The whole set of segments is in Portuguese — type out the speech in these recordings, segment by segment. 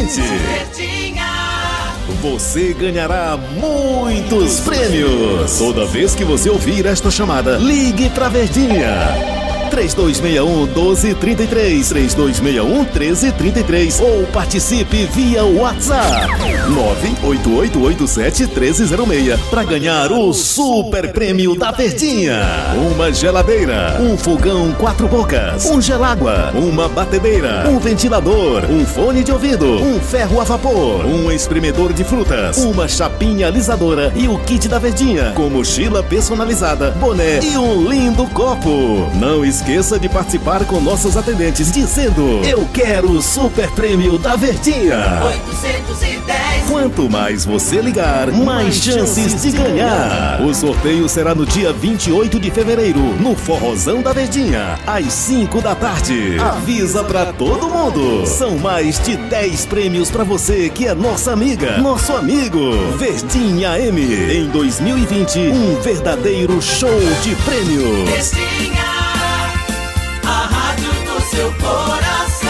seguinte: você ganhará muitos prêmios. Toda vez que você ouvir esta chamada, ligue pra Verdinha. 3261-1233, 3261-1333 ou participe via WhatsApp 98887-1306 para ganhar o super prêmio da Verdinha. Uma geladeira, um fogão 4 bocas, um gelágua, uma batedeira, um ventilador, um fone de ouvido, um ferro a vapor, um espremedor de frutas, uma chapinha alisadora e o kit da Verdinha com mochila personalizada, boné e um lindo copo. Não esqueça de participar com nossos atendentes dizendo: eu quero o super prêmio da Verdinha. 810. Quanto mais você ligar, mais chances de ganhar. O sorteio será no dia 28 de fevereiro, no Forrozão da Verdinha, às 5 da tarde. Avisa pra todo mundo. São mais de 10 prêmios pra você que é nossa amiga, nosso amigo. Verdinha M, em 2020, um verdadeiro show de prêmios. Verdinha, a rádio do seu coração.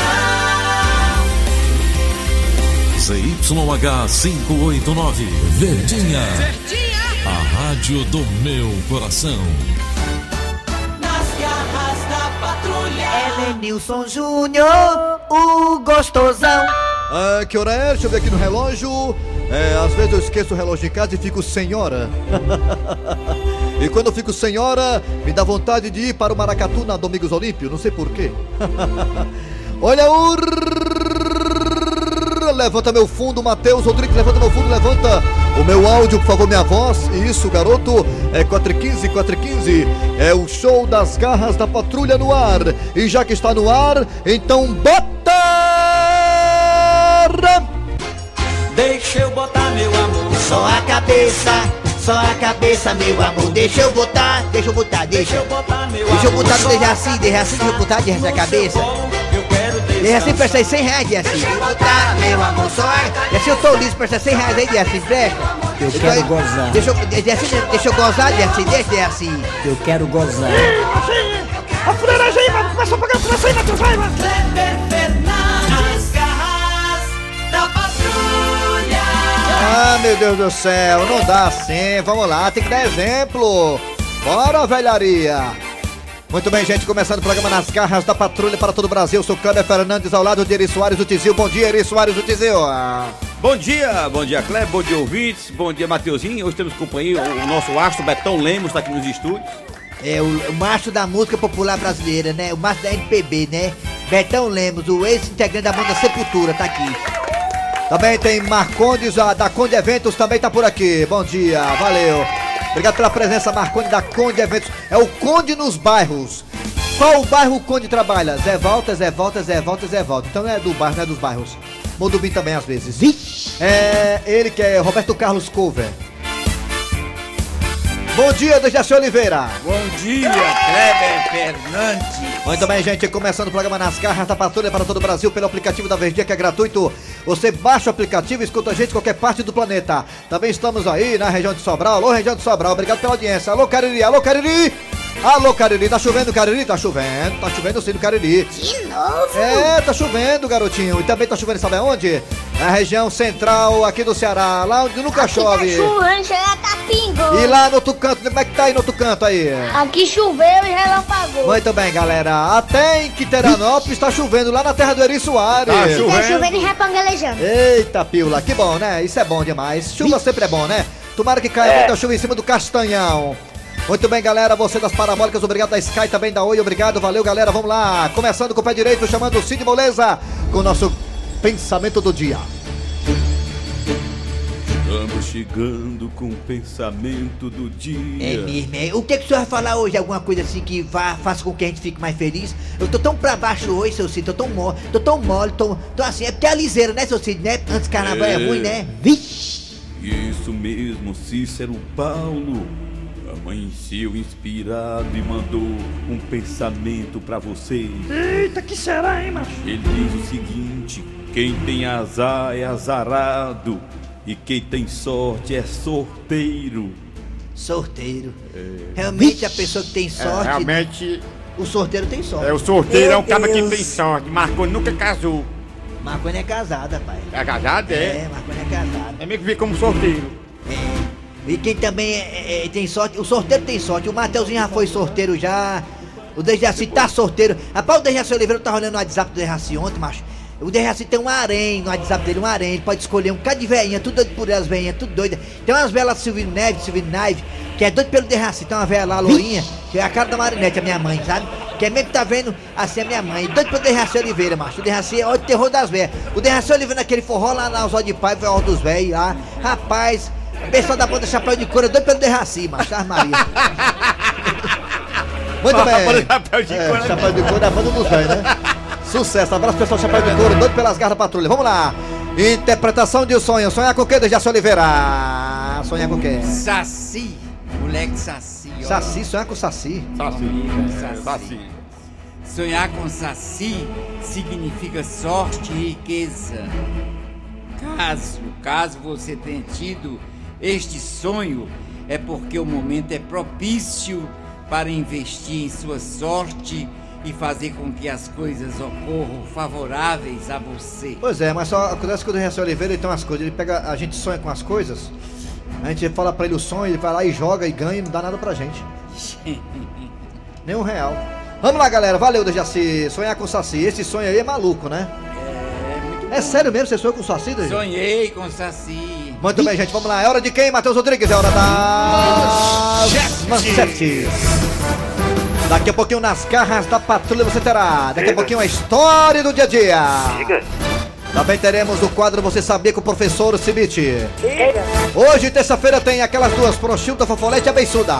ZYH 589, Verdinha. A rádio do meu coração. Nas garras da patrulha. Elenilson Júnior, o gostosão. Que hora é? Deixa eu ver aqui no relógio. Às vezes eu esqueço o relógio em casa e fico sem hora. E quando eu fico sem hora, me dá vontade de ir para o Maracatu na Domingos Olímpio, não sei porquê. Olha o... Levanta meu fundo, Matheus Rodrigues, levanta meu fundo, levanta o meu áudio, por favor, minha voz. Isso, garoto, é 415, 415. É o show das garras da patrulha no ar. E já que está no ar, então bota! Deixa eu botar meu amor. Só a cabeça, meu amor. Deixa eu botar, Deixa eu botar meu deixa eu botar amor. no Dejaci, deixa eu botar de a cabeça. Eu quero Dejaci, presta aí 100 reais, Dejaci. Deixa eu botar meu amor. Só Dejaci, eu tô liso, presta 100 reais aí, Dejaci, presta. Eu quero gozar. Deixa eu gozar, Dejaci, deixa, Dejaci. Eu quero gozar. A fuleiragem aí, mano, começa a pagar a fuleiragem aí, Matheus, vai, mano. Kleber Fernandes, garras da patrulha. Ah, meu Deus do céu, não dá assim, vamos lá, tem que dar exemplo. Bora, velharia. Muito bem, gente, começando o programa Nas Garras da Patrulha para todo o Brasil. Eu sou Kleber Fernandes, ao lado de Eri Soares do Tizil. Bom dia, Eri Soares do Tizil. Bom dia Kleber, bom dia ouvintes, bom dia Mateuzinho. Hoje temos companhia, o nosso astro Betão Lemos está aqui nos estúdios. É o macho da música popular brasileira, né? O macho da MPB, né? Betão Lemos, o ex-integrante da banda Sepultura, tá aqui. Também tem Marcondes, da Conde Eventos, também tá por aqui. Bom dia, valeu. Obrigado pela presença, Marcondes, da Conde Eventos. É o Conde nos bairros. Qual o bairro o Conde trabalha? Zé Volta. Então não é do bairro, não é dos bairros. Modubim também, às vezes. É ele que é Roberto Carlos Cover. Bom dia, Dejaci Oliveira. Bom dia, Kleber Fernandes. Muito bem, gente, começando o programa Nas Garras da Patrulha para todo o Brasil pelo aplicativo da Verdinha, que é gratuito. Você baixa o aplicativo e escuta a gente em qualquer parte do planeta. Também estamos aí na região de Sobral. Alô, região de Sobral, obrigado pela audiência. Alô, Cariri, alô, Cariri. Alô, Cariri, tá chovendo, Cariri? Tá chovendo sim no Cariri. De novo? É, tá chovendo, garotinho. E também tá chovendo, sabe aonde? Na região central aqui do Ceará, lá onde nunca chove. Tá chovendo, já tá pingando. E lá no outro canto, como é que tá aí no outro canto aí? Aqui choveu e relampagou. Muito bem, galera. Até em Quiteranópolis tá chovendo, lá na terra do Eri Soares. Tá Tá chovendo e repangalejando. Eita, pila, que bom, né? Isso é bom demais. Chuva sempre é bom, né? Tomara que caia muita chuva em cima do Castanhão. Muito bem, galera, você das parabólicas, obrigado da Sky, também da Oi, obrigado, valeu, galera, vamos lá. Começando com o pé direito, chamando o Cid Moleza, com o nosso pensamento do dia. Estamos chegando com o pensamento do dia. É mesmo, é. O que o senhor vai falar hoje? Alguma coisa assim que faça com que a gente fique mais feliz? Eu tô tão pra baixo hoje, seu Cid, tô tão mole, tô assim, é porque é a liseira, né, seu Cid, né? Antes carnaval é ruim, né? Vixe! Isso mesmo, Cícero Paulo amanheceu inspirado e mandou um pensamento pra vocês. Eita, que será, hein, macho? Ele diz o seguinte: quem tem azar é azarado e quem tem sorte é sorteiro. Sorteiro. Realmente a pessoa que tem sorte. Realmente, O sorteiro tem sorte. o sorteiro é um Meu cara que Deus. tem sorte. Marconi nunca casou. Marconi é casada, pai. É casado, é? É, Marconi é casada. É meio que fica como sorteiro. E quem também tem sorte, o sorteiro tem sorte. O Mateuzinho já foi sorteiro já. O Dejaci tá sorteiro. Rapaz, o Dejaci Oliveira, eu tava olhando no WhatsApp do Dejaci ontem, macho. O Dejaci tem um harém no WhatsApp dele, um harém. Ele pode escolher um cara de velhinha, tudo doido por elas, velhinha, tudo doida. Tem umas velas Silvino Neves, que é doido pelo Dejaci. Tem uma vela lá, loirinha, que é a cara da Marinete, a minha mãe, sabe? Que é mesmo que tá vendo assim a minha mãe. Doido pelo Dejaci Oliveira, macho. O Dejaci é o terror das velhas. O Dejaci Oliveira naquele forró lá na Osório de Pai, foi a hora dos velhos lá. Rapaz, o pessoal da banda Chapéu de Couro é doido pelo Dejaci, macho. Ave Maria. Muito bem. Chapéu de couro. Chapéu de couro da banda dos velhos, né? Sucesso, abraço pessoal, Chapéu de Couro, doido pelas garras da patrulha. Vamos lá. Interpretação de O Sonho. Sonhar com o quê, Dejaci Oliveira? Sonhar com o quê? Saci. Moleque Saci. Ó. Saci, sonhar com Saci. Saci. Sonhar com Saci significa sorte e riqueza. Caso você tenha tido este sonho, é porque o momento é propício para investir em sua sorte e fazer com que as coisas ocorram favoráveis a você. Pois é, mas só acontece que o Dejaci Oliveira, ele tem umas coisas, ele pega, a gente sonha com as coisas, a gente fala pra ele o sonho, ele vai lá e joga e ganha e não dá nada pra gente. Nem R$1. Vamos lá, galera, valeu, Dejaci. Sonhar com o Saci, esse sonho aí é maluco, né? É muito bom. É sério mesmo, você sonhou com o Saci, Dejaci? Sonhei com Saci. Muito bem, gente, vamos lá, é hora de quem, Matheus Rodrigues? É hora das manchetes. Daqui a pouquinho nas garras da patrulha você terá. Daqui a pouquinho a história do dia a dia. Também teremos o quadro Você Sabia com o professor Cibite. Hoje, terça-feira, tem aquelas duas prostitutas, fofolete e a beiçuda.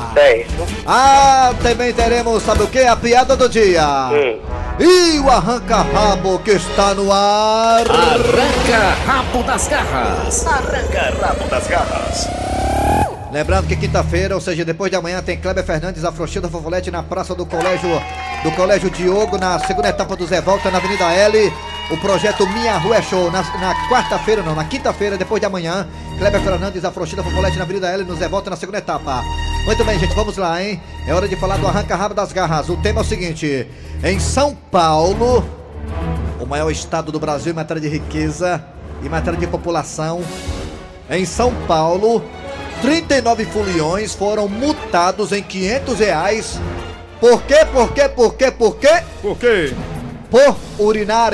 Também teremos, sabe o que? A piada do dia. E o arranca-rabo que está no ar. Arranca rabo das garras. Arranca rabo das garras. Lembrando que quinta-feira, ou seja, depois de amanhã, tem Kleber Fernandes, a Frouxida Fofolete na Praça do Colégio Diogo, na segunda etapa do Zé Volta, na Avenida L. O projeto Minha Rua é Show, na quarta-feira, não, na quinta-feira, depois de amanhã, Kleber Fernandes, a Frouxida Fofolete na Avenida L, no Zé Volta, na segunda etapa. Muito bem, gente, vamos lá, hein? É hora de falar do arranca-rabo das garras. O tema é o seguinte: em São Paulo, o maior estado do Brasil em matéria de riqueza e matéria de população, em São Paulo, 39 foliões foram multados em R$500. Por quê? Por quê? Por urinar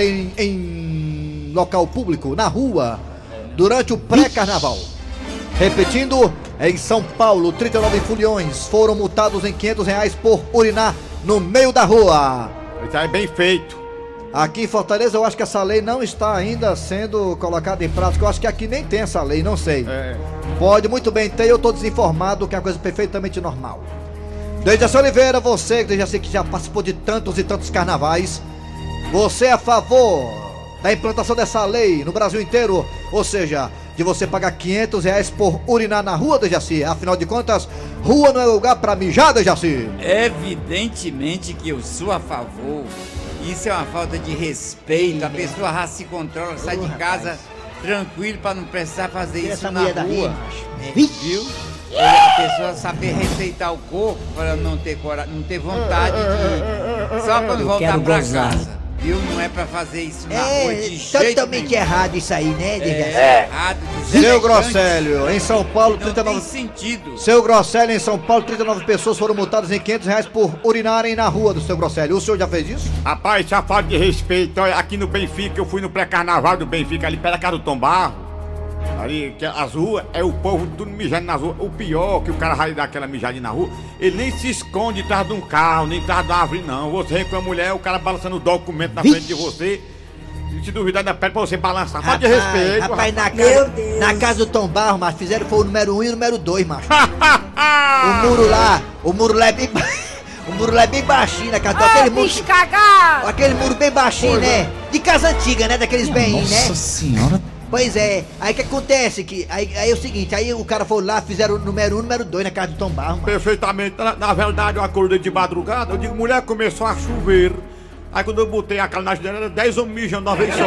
em local público, na rua, durante o pré-carnaval. Repetindo, em São Paulo, 39 foliões foram multados em R$500 por urinar no meio da rua. Isso aí é bem feito. Aqui em Fortaleza, eu acho que essa lei não está ainda sendo colocada em prática. Eu acho que aqui nem tem essa lei, não sei. Pode muito bem ter, eu estou desinformado, que é uma coisa perfeitamente normal. Dejaci Oliveira, você que já participou de tantos e tantos carnavais, você é a favor da implantação dessa lei no Brasil inteiro? Ou seja, de você pagar R$500 por urinar na rua, Dejaci? Afinal de contas, rua não é lugar pra mijar, Dejaci? Evidentemente que eu sou a favor. Isso é uma falta de respeito. A pessoa já se controla, sai de casa tranquilo pra não precisar fazer isso na rua. Viu? A pessoa saber respeitar o corpo para não ter vontade de só quando voltar pra casa. Viu? Não é pra fazer isso na rua de jeito totalmente nenhum. errado isso aí, né, Dejaci? Errado. Seu Grosselio, em São Paulo, Não 39... tem sentido. Seu Grosselio, em São Paulo, 39 pessoas foram multadas em R$500 por urinarem na rua do seu Grosselio. O senhor já fez isso? Rapaz, isso é falta de respeito. Olha, aqui no Benfica, eu fui no pré-carnaval do Benfica, ali perto da casa do Tom Barro. Ali, que as ruas, é o povo tudo mijando nas ruas. O pior, que o cara vai dar aquela mijadinha na rua, ele nem se esconde atrás de um carro, nem atrás de uma árvore, não. Você vem com a mulher, o cara balançando o documento na frente de você. E se duvidar, ainda pede pra você balançar. Falta de respeito. Rapaz, na casa do Tom Barro, macho, fizeram foi o número 1 e o número 2, macho. o muro lá é bem... O muro lá é bem baixinho, né, cara? Aquele muro bem baixinho, né? De casa antiga, né? Daqueles bem, né? Nossa senhora. Pois é, aí que acontece, aí é o seguinte, aí o cara foi lá, fizeram o número 1 e o número 2 na casa do Tom Barro, mano. Perfeitamente. Na verdade, eu acordei de madrugada, eu digo, mulher, começou a chover. Aí quando eu botei aquela na janela, era 10 homens mijando de uma vez só.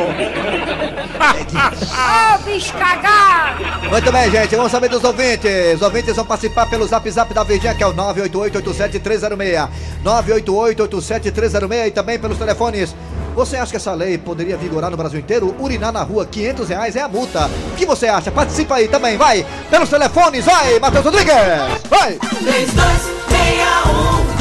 Bicho cagado! Muito bem, gente, vamos saber dos ouvintes. Os ouvintes vão participar pelo Zap Zap da Verdinha, que é o 988-87306. 988-87306 e também pelos telefones Você acha que essa lei poderia vigorar no Brasil inteiro? Urinar na rua, R$500 é a multa. O que você acha? Participa aí também, vai! Pelos telefones, vai, Matheus Rodrigues! Vai! 3261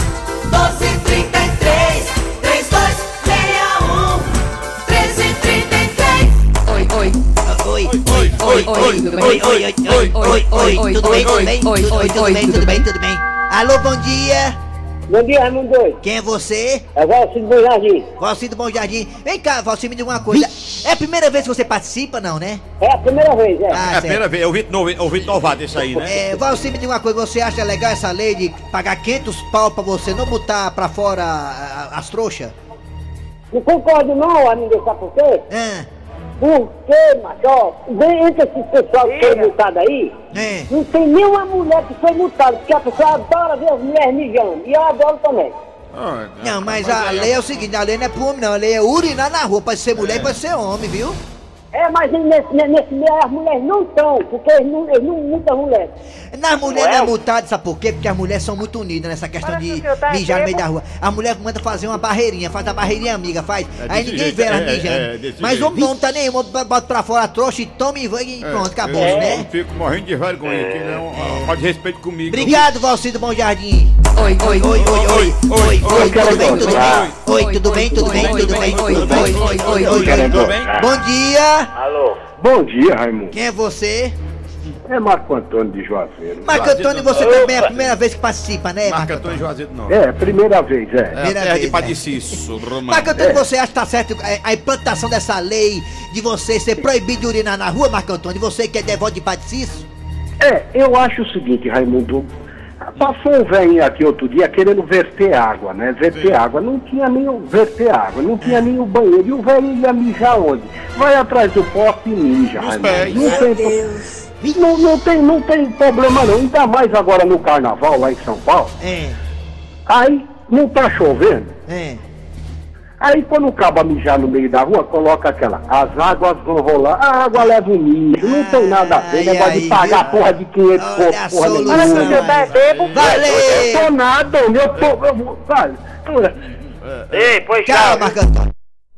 1233 3261 1333. Oi, oi. Oi, oi, oi, oi, tudo bem? Oi, oi, oi, oi, oi, tudo bem, tudo bem? Tudo bem, tudo bem? Alô, bom dia. Bom dia, Raimundo Doido. Quem é você? É Valcir do Bom Jardim. Valcir do Bom Jardim. Vem cá, Valcir, me diga uma coisa. É a primeira vez que você participa, não, né? É a primeira vez, é. Ah, É a primeira vez, eu ouvi novato isso aí, né? Valcir, me diga uma coisa. Você acha legal essa lei de pagar 500 pau pra você não botar pra fora as trouxas? Não concordo não, amigo, sabe por quê? Porque, macho, ó, entre esse pessoal que foi multado aí, não tem nenhuma mulher que foi multada, porque a pessoa adora ver as mulheres mijando, e eu adoro também. Não, mas a lei é o seguinte, a lei não é pro homem não, a lei é urinar na rua, pode ser mulher e pode ser homem, viu? É, mas nesse meio as mulheres não estão, porque eles não multam as mulheres. Nas mulheres não é multado, sabe por quê? Porque as mulheres são muito unidas nessa questão de mijar no meio da rua. A mulher manda fazer uma barreirinha, faz a barreirinha amiga, faz. Aí ninguém vê elas mijando. Mas o homem não tá nenhum, bota pra fora a trouxa e toma e vai e pronto, acabou, né? Eu fico morrendo de vergonha, que não é de respeito comigo. Obrigado, Valcir do Bom Jardim. Oi, oi, oi, oi, oi, oi, oi, tudo bem, tudo bem? Oi, tudo bem, tudo bem, tudo bem, tudo bem? Oi, oi, oi, tudo bem? Bom dia. Alô. Bom dia, Raimundo. Quem é você? É Marco Antônio de Juazeiro. Marco Antônio, você também é a primeira vez que participa, né? Marco Antônio Juazeiro não. É, primeira vez, é. Terra de Padiciço, Romano. Marco Antônio, você acha que tá certo a implantação dessa lei de você ser proibido de urinar na rua, Marco Antônio? Você que é devoto de Padiciço? É, eu acho o seguinte, Raimundo. Passou um velhinho aqui outro dia querendo verter água, né? Verter água. Não tinha nem o verter água, não tinha nem o banheiro. E o velho ia mijar onde? Vai atrás do poste e mija, Raimundo. Não tem problema não. Ainda mais agora no carnaval lá em São Paulo. Aí não tá chovendo. Aí quando acaba mijar no meio da rua, coloca aquela, as águas vão rolar, a água leva um mijo, não tem nada a ver, negócio de pagar a porra de 500 pouco, porra nenhuma. Valeu! Eu tô nada, eu vou, vai. Ei, pois tchau, Marco Antônio.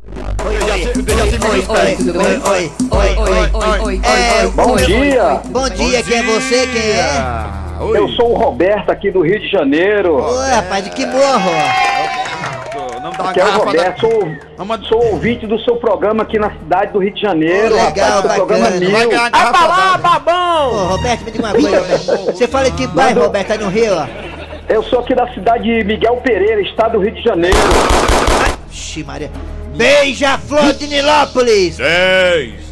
Bom dia! Bom dia, quem é você? Quem é? Eu sou o Roberto aqui do Rio de Janeiro. Oi, rapaz, de que morro? Aqui é o Roberto, sou ouvinte do seu programa aqui na cidade do Rio de Janeiro. Legal, rapaz, seu programa meu. A palavra, babão! Ô, Roberto, me diga uma coisa, Roberto. Você fala de que bairro, Roberto, aí no Rio, ó? Eu sou aqui da cidade de Miguel Pereira, estado do Rio de Janeiro. Ixi, Maria. Beija-Flor de Nilópolis! 10!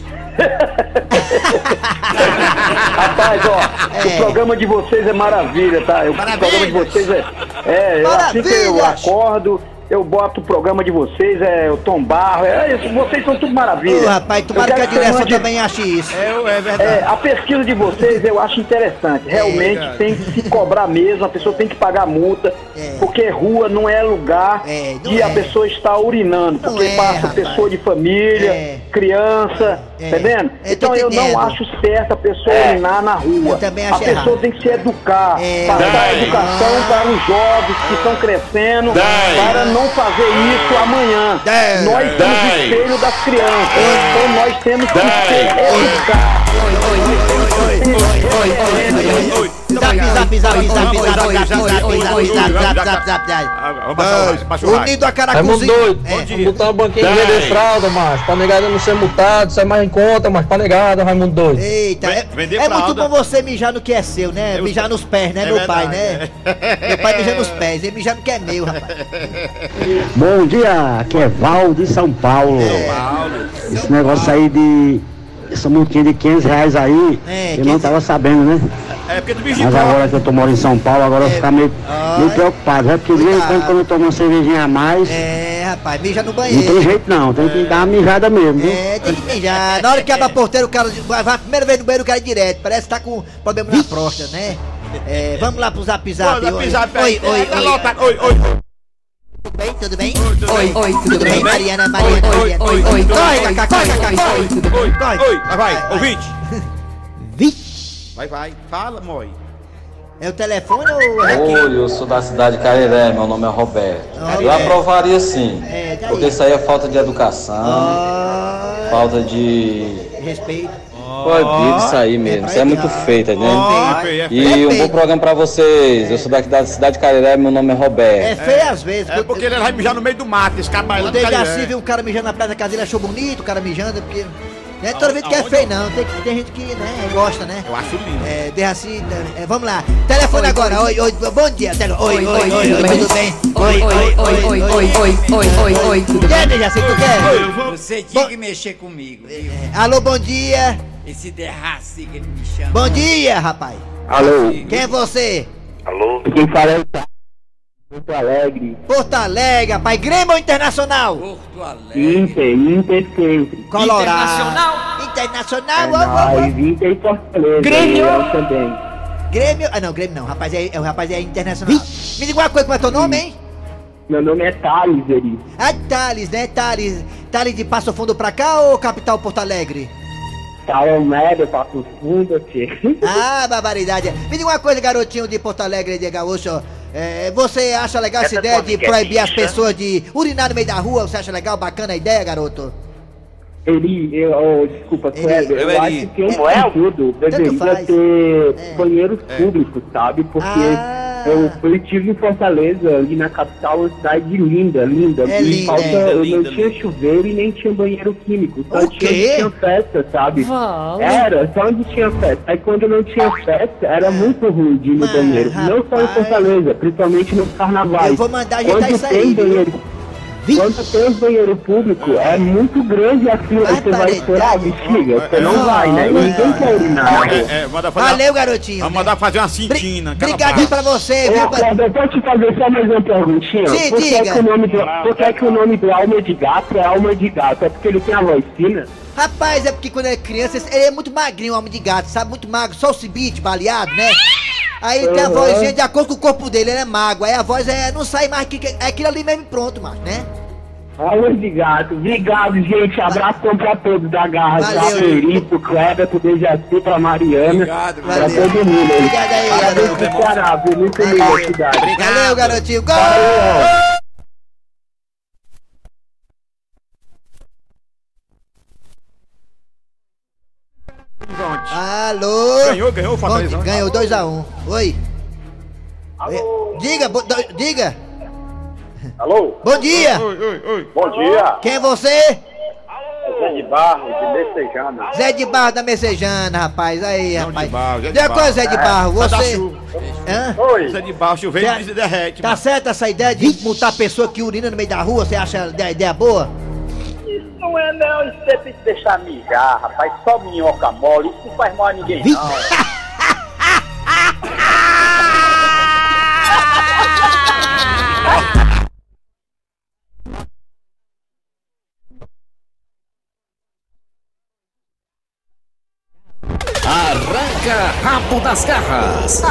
Rapaz, ó, o programa de vocês é maravilha, tá? O programa de vocês assim que eu acordo, eu boto o programa de vocês, o Tom Barro, vocês são tudo maravilha. Rapaz, tomara que a direção também ache isso. É verdade. A pesquisa de vocês eu acho interessante. Realmente tem que se cobrar mesmo, a pessoa tem que pagar multa, porque rua não é lugar de a pessoa estar urinando, porque passa pessoa de família, criança, tá vendo? Então eu não acho certo a pessoa urinar na rua. A pessoa tem que se educar, passar a educação para os jovens que estão crescendo, para não fazer isso amanhã. Nós somos o espelho das crianças, então nós temos que se educar. Unido a Caracuzinho. Vamos botar uma banquinha de vender fralda, macho. Pra negada não ser multado, sai mais em conta, mas pra negada, Raimundo Doido. Eita, é muito bom você mijar no que é seu, né? Mijar nos pés, né, meu pai, né? Meu pai mija nos pés, ele mija no que é meu, rapaz. Bom dia, aqui é Val de São Paulo. Esse negócio aí de essa multinha de R$500 aí, eu não tava sabendo, né? Porque tu mas agora que eu tô morando em São Paulo, agora eu vou ficar meio preocupado, né? Porque de vez em quando eu tomo uma cervejinha a mais. Rapaz, mija no banheiro. Não tem jeito não, tem que dar uma mijada mesmo, viu? Tem que mijar. Na hora que abre a porteira, o cara vai a primeira vez no banheiro, o cara é direto. Parece que tá com problema na próstata, né? Vamos lá pro Zap Zap. Oi. Tudo bem? Tudo bem? Oi, tudo bem? Mariana. Oi. Corre. Vai, ouvinte. Vixe. Vai, fala, moi. É o telefone ou é aqui? Oi, eu sou da cidade de Careré, meu nome é Roberto. Eu aprovaria sim, porque isso aí é falta de educação, falta de... respeito. Proibido isso aí mesmo, isso é muito feito, né? E um bom programa pra vocês. Eu sou daqui da cidade de Careré, meu nome é Roberto. É feio às vezes. É porque ele vai mijar no meio do mato, esse cara O Dejaci viu um cara mijando na praia da casa dele, achou bonito o cara mijando, porque... Não é toda vez que é feio, não. Tem gente que, né, gosta, né? Eu acho lindo. Dejaci, vamos lá. Telefone agora. Oi, bom dia. Oi, tudo bem? Oi, tudo bem? Quer, Dejaci, tu quer? Você tinha que mexer comigo. Alô, bom dia. Esse Dejaci que ele me chama. Bom dia, rapaz. Alô. Quem é você? Alô. Quem fala é o Porto Alegre. Porto Alegre, rapaz. Grêmio ou Internacional? Porto Alegre. Inter sempre. Colorado. Internacional. Inter e Fortaleza. Grêmio. Eu também. Grêmio. Ah, não, Grêmio não. O rapaz é Internacional. Me diga uma coisa, como é teu nome, hein? Meu nome é Thales, Eri. Ah, Thales, né? Thales de Passo Fundo pra cá ou capital Porto Alegre? Médio, Passo Fundo, tio. Ah, barbaridade. Me diga uma coisa, garotinho de Porto Alegre, de Gaúcho. Você acha legal essa ideia de proibir as pessoas de urinar no meio da rua? Você acha legal, bacana a ideia, garoto? Desculpa, Kleber, eu acho que tudo deveria ter banheiros públicos, sabe? Porque eu estive em Fortaleza, ali na capital, uma cidade linda. Não tinha chuveiro e nem tinha banheiro químico. Só tinha festa, sabe? Só onde tinha festa. Aí quando não tinha festa, era muito ruim de ir no banheiro. Não só em Fortaleza, principalmente nos carnavais. Eu vou mandar ajeitar isso aí. Quando tem um banheiro público, é muito grande a fila, você vai esperar, bexiga, você não vai, né? Ninguém quer urinar. Valeu, garotinho. Vamos mandar fazer uma cintina. Obrigadinho pra você, viu? Eu posso te fazer só mais uma perguntinha? Sim, por diga. que o nome do Alma de Gato é Alma de Gato? É porque ele tem a voz fina? Rapaz, é porque quando ele é criança, ele é muito magrinho, o Alma de Gato, sabe? Muito magro, só o cibite, baleado, né? Aí tem a vozinha de acordo com o corpo dele, ele é magro. Aí a voz não sai mais, é aquilo ali mesmo pronto, mas, né? Alma de Gato. Obrigado, gente. Abraço pra todos da Garra. Pra Eri, pro Kleber, pro Dejaci, pra Mariana. Obrigado, pra todo mundo aí. Obrigado aí, garoto. Pro Ceará, viu? Muito lindo a cidade. Valeu, garotinho. Gol! Alô? Ganhou, Fortaleza. Ganhou 2-1. Oi. Alô? Diga. Alô? Bom dia. Oi. Bom dia. Quem é você? É Zé de Barro, de Messejana. Zé de Barro da Messejana, rapaz. Aí, rapaz. Zé de Diga uma coisa, Zé de Barro. Você... Oi. Zé de Barro, chuveiro e derrete. Tá certo essa ideia de multar a pessoa que urina no meio da rua? Você acha a ideia boa? Isso não é não, isso é pra deixar mijar, rapaz. Só minhoca mole, isso não faz mal a ninguém não. Arranca rabo das garras.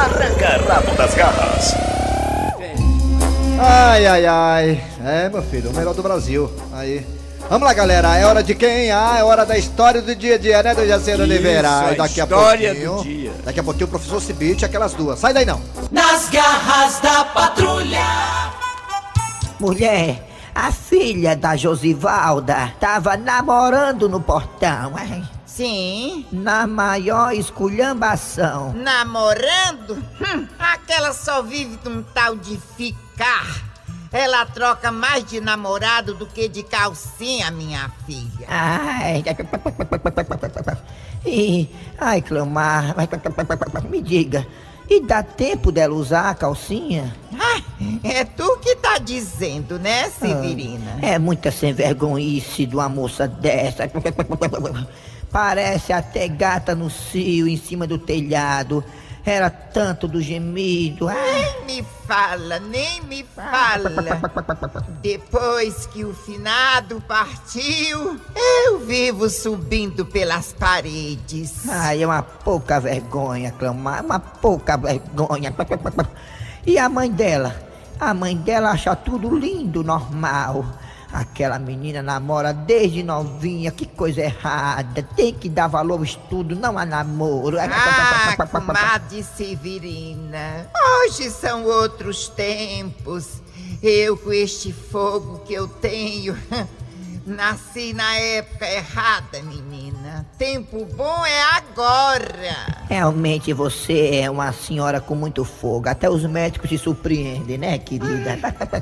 Ai. É, meu filho, o melhor do Brasil. Aí. Vamos lá, galera. É hora de quem? É hora da história do dia a dia, né, Dejaci Oliveira? Daqui a pouquinho o professor Cibite, aquelas duas. Sai daí, não. Nas garras da patrulha. Mulher, a filha da Josivalda tava namorando no portão, hein? Sim. Na maior esculhambação. Namorando? Aquela só vive de um tal de ficar. Ela troca mais de namorado do que de calcinha, minha filha. Ai, Cleomar, me diga, e dá tempo dela usar a calcinha? É tu que tá dizendo, né, Severina? É muita sem vergonhice de uma moça dessa. Parece até gata no cio em cima do telhado. Era tanto do gemido. Nem me fala. Depois que o finado partiu, eu vivo subindo pelas paredes. É uma pouca vergonha, Cleomar, uma pouca vergonha. E a mãe dela? A mãe dela acha tudo lindo, normal. Aquela menina namora desde novinha, que coisa errada. Tem que dar valor ao estudo, não a namoro. Comadre Severina, hoje são outros tempos. Eu, com este fogo que eu tenho, nasci na época errada, menina. Tempo bom é agora. Realmente você é uma senhora com muito fogo. Até os médicos se surpreendem, né, querida?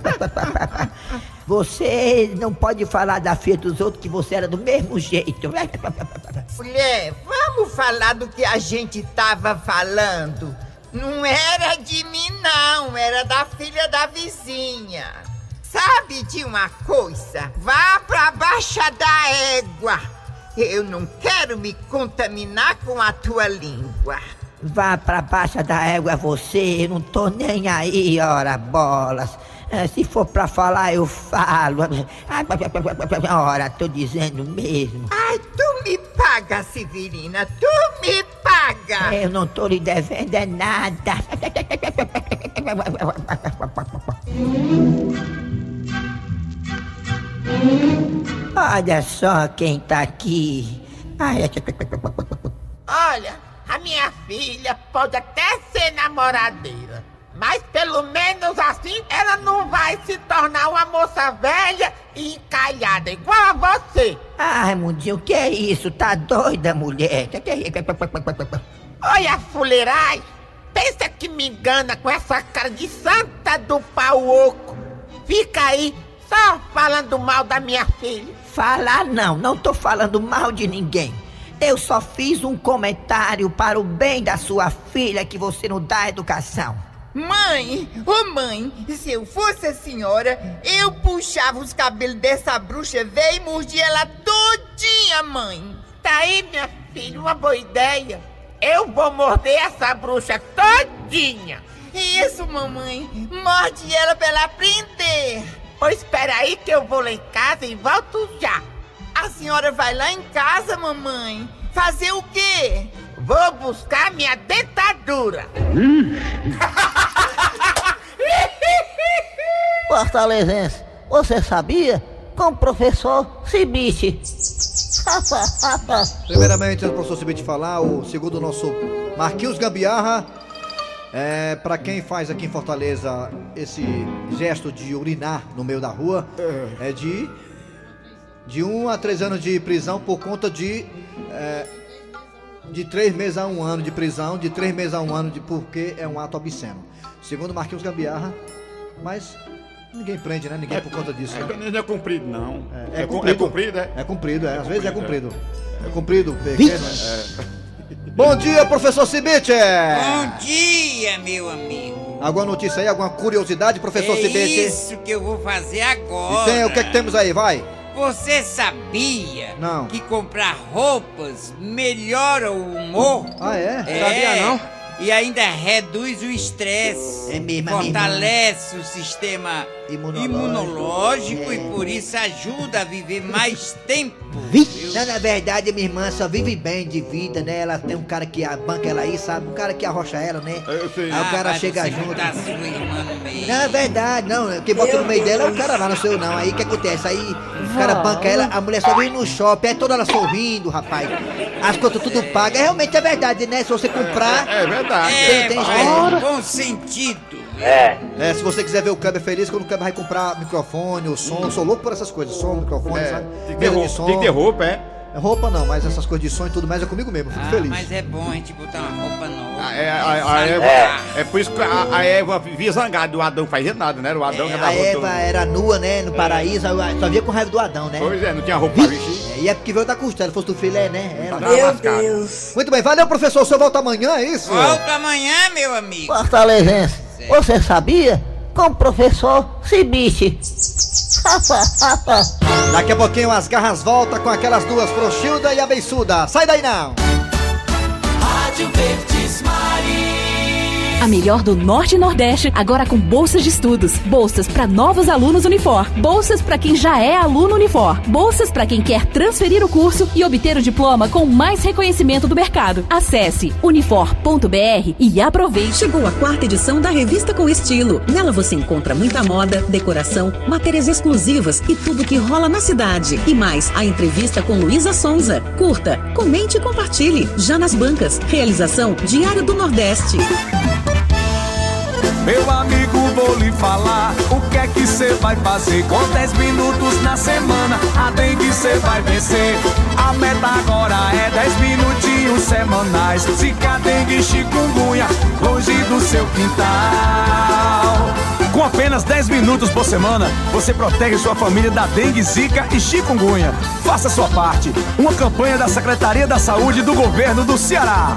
Você não pode falar da filha dos outros, que você era do mesmo jeito. Mulher, vamos falar do que a gente tava falando. Não era de mim, não. Era da filha da vizinha. Sabe de uma coisa? Vá pra baixa da égua. Eu não quero me contaminar com a tua língua. Vá pra baixa da égua você, eu não tô nem aí, ora bolas. Se for pra falar, eu falo. Ora, tô dizendo mesmo. Ai, tu me paga, Severina, tu me paga. Eu não tô lhe devendo é nada. Olha só quem tá aqui. Olha, a minha filha pode até ser namoradeira, mas pelo menos assim ela não vai se tornar uma moça velha e encalhada igual a você. Ah, Raimundinho, o que é isso? Tá doida, mulher? Olha a fuleirai. Pensa que me engana com essa cara de santa do pau oco. Fica aí só falando mal da minha filha. Falar não tô falando mal de ninguém. Eu só fiz um comentário para o bem da sua filha, que você não dá educação. Mãe, mãe, se eu fosse a senhora, eu puxava os cabelos dessa bruxa velha e mordia ela todinha, mãe. Tá aí, minha filha, uma boa ideia. Eu vou morder essa bruxa todinha. Isso, mamãe, morde ela pra ela aprender. Pois espera aí que eu vou lá em casa e volto já. A senhora vai lá em casa, mamãe? Fazer o quê? Vou buscar minha dentadura. Fortalezense, você sabia? Com o professor Cibite. Primeiramente, o professor Cibite falar, segundo o nosso Marquinhos Gambiarra, pra quem faz aqui em Fortaleza esse gesto de urinar no meio da rua, é de 1 a 3 anos de prisão por conta de 3 meses a 1 ano de prisão, de 3 meses a 1 ano porque é um ato obsceno. Segundo Marquinhos Gambiarra, mas ninguém prende, né? Ninguém por conta disso. Não é cumprido, não. É cumprido, é? É cumprido, às vezes é cumprido. É cumprido, pequeno. Bom dia, professor Cibite! Bom dia, meu amigo! Alguma notícia aí, alguma curiosidade, professor Cibite? É isso que eu vou fazer agora. E o que é que temos aí, vai? Você sabia não. que comprar roupas melhora o humor? Ah, é? Sabia não? E ainda reduz o estresse, fortalece o sistema imunológico e por isso ajuda a viver mais tempo. Não, na verdade, minha irmã só vive bem de vida, né? Ela tem um cara que banca ela aí, sabe? Um cara que arrocha ela, né? Aí o cara chega junto. Tá sua irmã no meio. Não, é verdade, não. Quem bota no meio dela é o cara lá, não sou eu não. Aí o que acontece? Aí o cara banca ela, a mulher só vive no shopping, é toda ela sorrindo, rapaz. As contas tudo paga. Realmente é verdade, né? Se você comprar. É verdade. Bom sentido. Se você quiser ver o Kleber feliz, quando o Kleber vai comprar microfone, o som, eu sou louco por essas coisas, som, microfone, sabe? Tem que ter roupa, Roupa não, mas essas coisas de som e tudo mais é comigo mesmo, fico feliz. Mas é bom a gente botar uma roupa nova. É por isso que a Eva vivia zangada, o Adão fazia nada, né? O Adão a Eva era nua, né? No paraíso, só via com raiva do Adão, né? Pois é, não tinha roupa pra vestir. E é porque veio da costela, fosse do filé, né? Meu Deus. Muito bem, valeu, professor, o senhor volta amanhã, é isso? Volta amanhã, meu amigo. Fortalezense, você sabia? Com o professor Cibite. Daqui a pouquinho as garras voltam com aquelas duas, Frouxilda e Abençuda. Sai daí não! Rádio Verdes Maria. A melhor do Norte e Nordeste, agora com bolsas de estudos. Bolsas para novos alunos Unifor. Bolsas para quem já é aluno Unifor. Bolsas para quem quer transferir o curso e obter o diploma com mais reconhecimento do mercado. Acesse unifor.br e aproveite. Chegou a 4ª edição da Revista com Estilo. Nela você encontra muita moda, decoração, matérias exclusivas e tudo que rola na cidade. E mais, a entrevista com Luísa Sonza. Curta, comente e compartilhe. Já nas bancas. Realização Diário do Nordeste. Meu amigo, vou lhe falar o que é que cê vai fazer. Com 10 minutos na semana, a dengue cê vai vencer. A meta agora é 10 minutinhos semanais. Zika, dengue, chikungunya, longe do seu quintal. Com apenas 10 minutos por semana, você protege sua família da dengue, zika e chikungunya. Faça a sua parte. Uma campanha da Secretaria da Saúde do Governo do Ceará.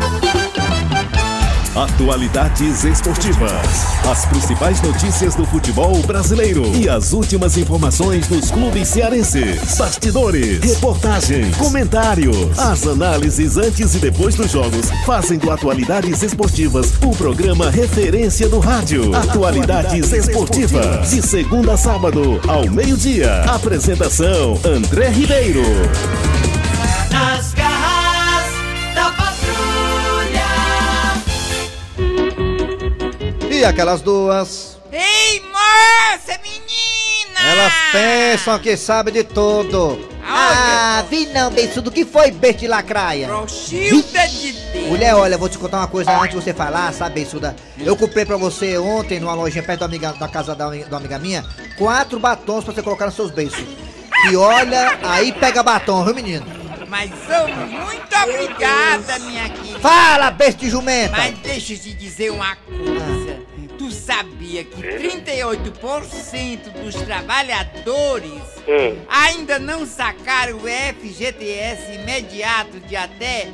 Atualidades esportivas. As principais notícias do futebol brasileiro e as últimas informações dos clubes cearenses. Bastidores, reportagens, comentários. As análises antes e depois dos jogos fazem do Atualidades Esportivas o programa referência do rádio. Atualidades Esportivas. De segunda a sábado, ao meio-dia. Apresentação: André Ribeiro. Nas garras da patrulha. E aquelas duas? Ei, moça, menina! Elas pensam que sabem de tudo. Ah, vi não, beiçudo. O que foi, beijo de lacraia? Proxilda de Deus. Mulher, olha, vou te contar uma coisa antes de você falar, sabe, beiçuda? Eu comprei pra você ontem, numa lojinha perto da casa da uma amiga minha, 4 batons pra você colocar nos seus beiços. E olha, aí pega batom, viu, menino? Mas sou muito obrigada, minha querida. Fala, beijo de jumenta. Mas deixa eu te dizer uma coisa. Tu sabia que 38% dos trabalhadores ainda não sacaram o FGTS imediato de até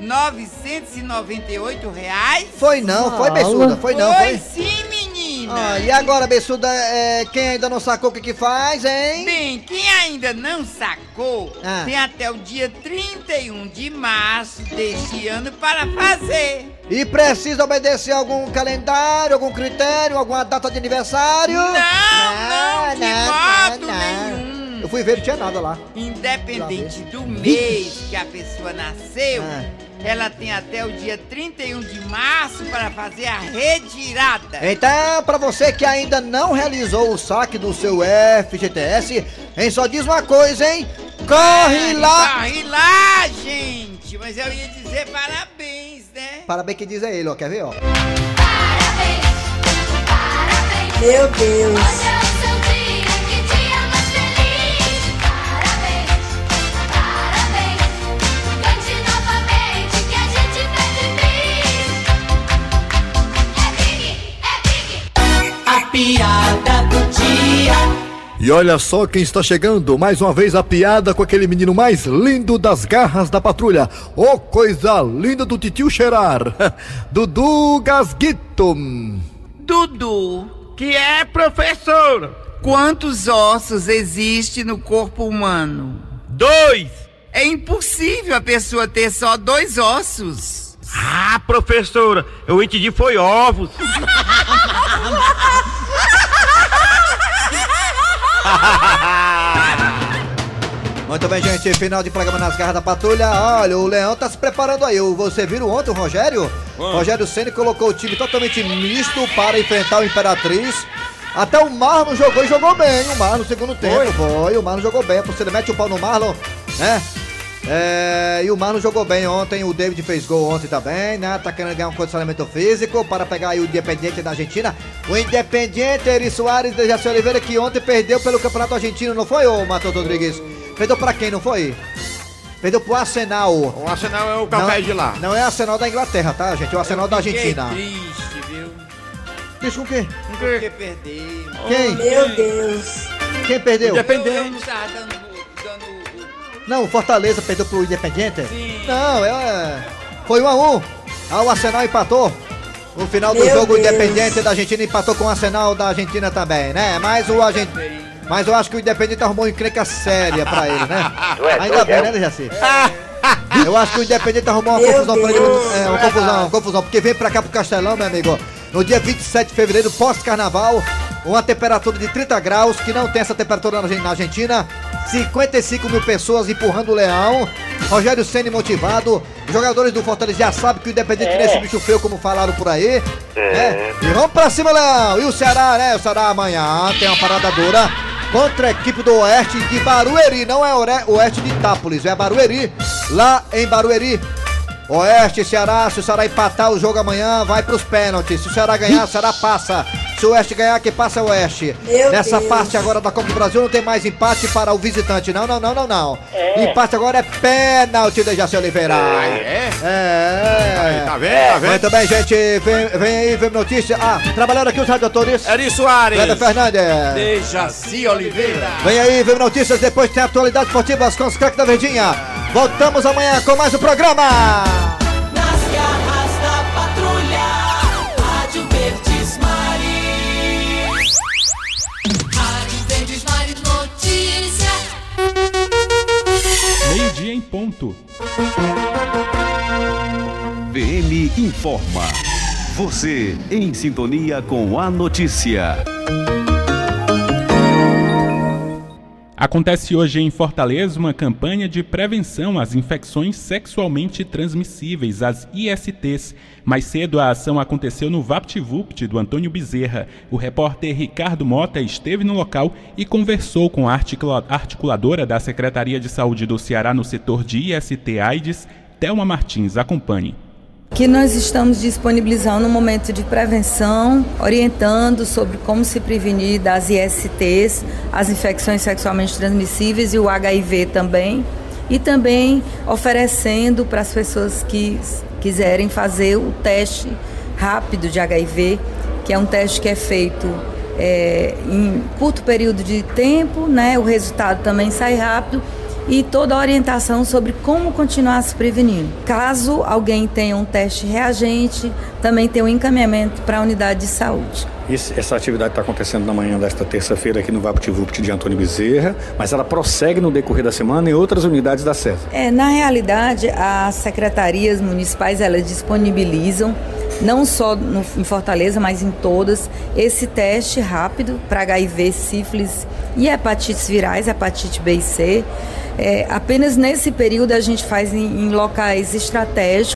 R$998? Foi não, foi, beiçuda, foi não, foi? Sim, menina. Ah, e agora, beiçuda, quem ainda não sacou, o que faz, hein? Bem, quem ainda não sacou, tem até o dia 31 de março deste ano para fazer. E precisa obedecer algum calendário, algum critério, alguma data de aniversário? Não, de modo nenhum. Eu fui ver, não tinha nada lá. Independente do mês que a pessoa nasceu, ela tem até o dia 31 de março para fazer a retirada. Então, para você que ainda não realizou o saque do seu FGTS, só diz uma coisa, hein? Corre lá! Corre lá, gente! Mas eu ia dizer parabéns, né? Parabéns que diz ele, ó. Quer ver, ó? Parabéns, parabéns. Meu Deus! Hoje é o seu dia, que dia mais feliz. Parabéns, parabéns. Cante novamente que a gente pede bis. É Big. A piada do dia. E olha só quem está chegando, mais uma vez a piada com aquele menino mais lindo das garras da patrulha. Ô, coisa linda do titio cheirar. Dudu Gasguito. Dudu, que é, professor? Quantos ossos existem no corpo humano? 2. É impossível a pessoa ter só 2 ossos. Ah, professora, eu entendi foi ovos. Muito bem, gente, final de programa nas garras da patrulha. Olha, o Leão tá se preparando aí. Você viu ontem o Rogério? Rogério Ceni colocou o time totalmente misto para enfrentar o Imperatriz. Até o Marlon jogou e jogou bem. O Marlon no segundo tempo. Foi, o Marlon jogou bem. Você mete o pau no Marlon, né? E o Marlon jogou bem ontem, o David fez gol ontem também, né? Tá querendo ganhar um condicionamento físico para pegar aí o Independiente da Argentina. O Independiente, Eri Soares de Jaci Oliveira, que ontem perdeu pelo Campeonato Argentino, não foi, ô Matheus Rodrigues? Perdeu pra quem, não foi? Perdeu pro Arsenal. O Arsenal é o café de lá. Não é Arsenal da Inglaterra, tá, gente? É o Arsenal da Argentina. Triste, viu? Triste com o quê? Porque perdeu. Quem? Meu Deus. Quem perdeu? Independente. Eu não tava dando... Não, o Fortaleza perdeu pro Independiente? Sim. Não, foi 1-1. O Arsenal empatou. No final do jogo, o Independiente da Argentina empatou com o Arsenal da Argentina também, né? Mas eu acho que o Independiente arrumou uma encrenca séria pra ele, né? Ainda bem, né, Jaci? Eu acho que o Independiente arrumou uma confusão pra ele. Uma confusão, porque vem pra cá pro Castelão, meu amigo. no dia 27 de fevereiro, pós-carnaval, uma temperatura de 30 graus, que não tem essa temperatura na Argentina, 55 mil pessoas empurrando o Leão, Rogério Ceni motivado, os jogadores do Fortaleza já sabem que o Independente nesse bicho feio, como falaram por aí, né? E vamos pra cima, Leão! E o Ceará, né? O Ceará amanhã tem uma parada dura contra a equipe do Oeste de Barueri, não é Oeste de Itápolis, é Barueri, lá em Barueri. Oeste, Ceará, se o Ceará empatar o jogo amanhã, vai pros pênaltis. Se o Ceará ganhar, o Ceará passa. Se o Oeste ganhar, quem passa é o Oeste. Nessa parte agora da Copa do Brasil não tem mais empate para o visitante. Não. Empate agora é pênalti de Jaci Oliveira. Aí, tá vendo? Muito bem, gente. Vem aí, vem notícia. Trabalhando aqui os radiadores. Eri Soares. Cléber Fernandes. De Jaci Oliveira. Vem aí, vem notícias. Depois tem atualidades esportivas com os craques da Verdinha. Voltamos amanhã com mais um programa. Nas garras da patrulha, Rádio Verdes Mares. Rádio Verdes Mares Notícia. Meio-dia em ponto. VM informa. Você em sintonia com a notícia. Acontece hoje em Fortaleza uma campanha de prevenção às infecções sexualmente transmissíveis, as ISTs. Mais cedo a ação aconteceu no VaptVupt do Antônio Bezerra. O repórter Ricardo Mota esteve no local e conversou com a articuladora da Secretaria de Saúde do Ceará no setor de IST/AIDS, Thelma Martins. Acompanhe. Que nós estamos disponibilizando um momento de prevenção, orientando sobre como se prevenir das ISTs, as infecções sexualmente transmissíveis e o HIV também. E também oferecendo para as pessoas que quiserem fazer o teste rápido de HIV, que é um teste que é feito em curto período de tempo, né? O resultado também sai rápido. E toda a orientação sobre como continuar se prevenindo. Caso alguém tenha um teste reagente, também tem um encaminhamento para a unidade de saúde. Essa atividade está acontecendo na manhã desta terça-feira aqui no VaptVupt de Antônio Bezerra, mas ela prossegue no decorrer da semana em outras unidades da SESA. Na realidade, as secretarias municipais, elas disponibilizam, não só em Fortaleza, mas em todas, esse teste rápido para HIV, sífilis e hepatites virais, hepatite B e C. Apenas nesse período a gente faz em locais estratégicos,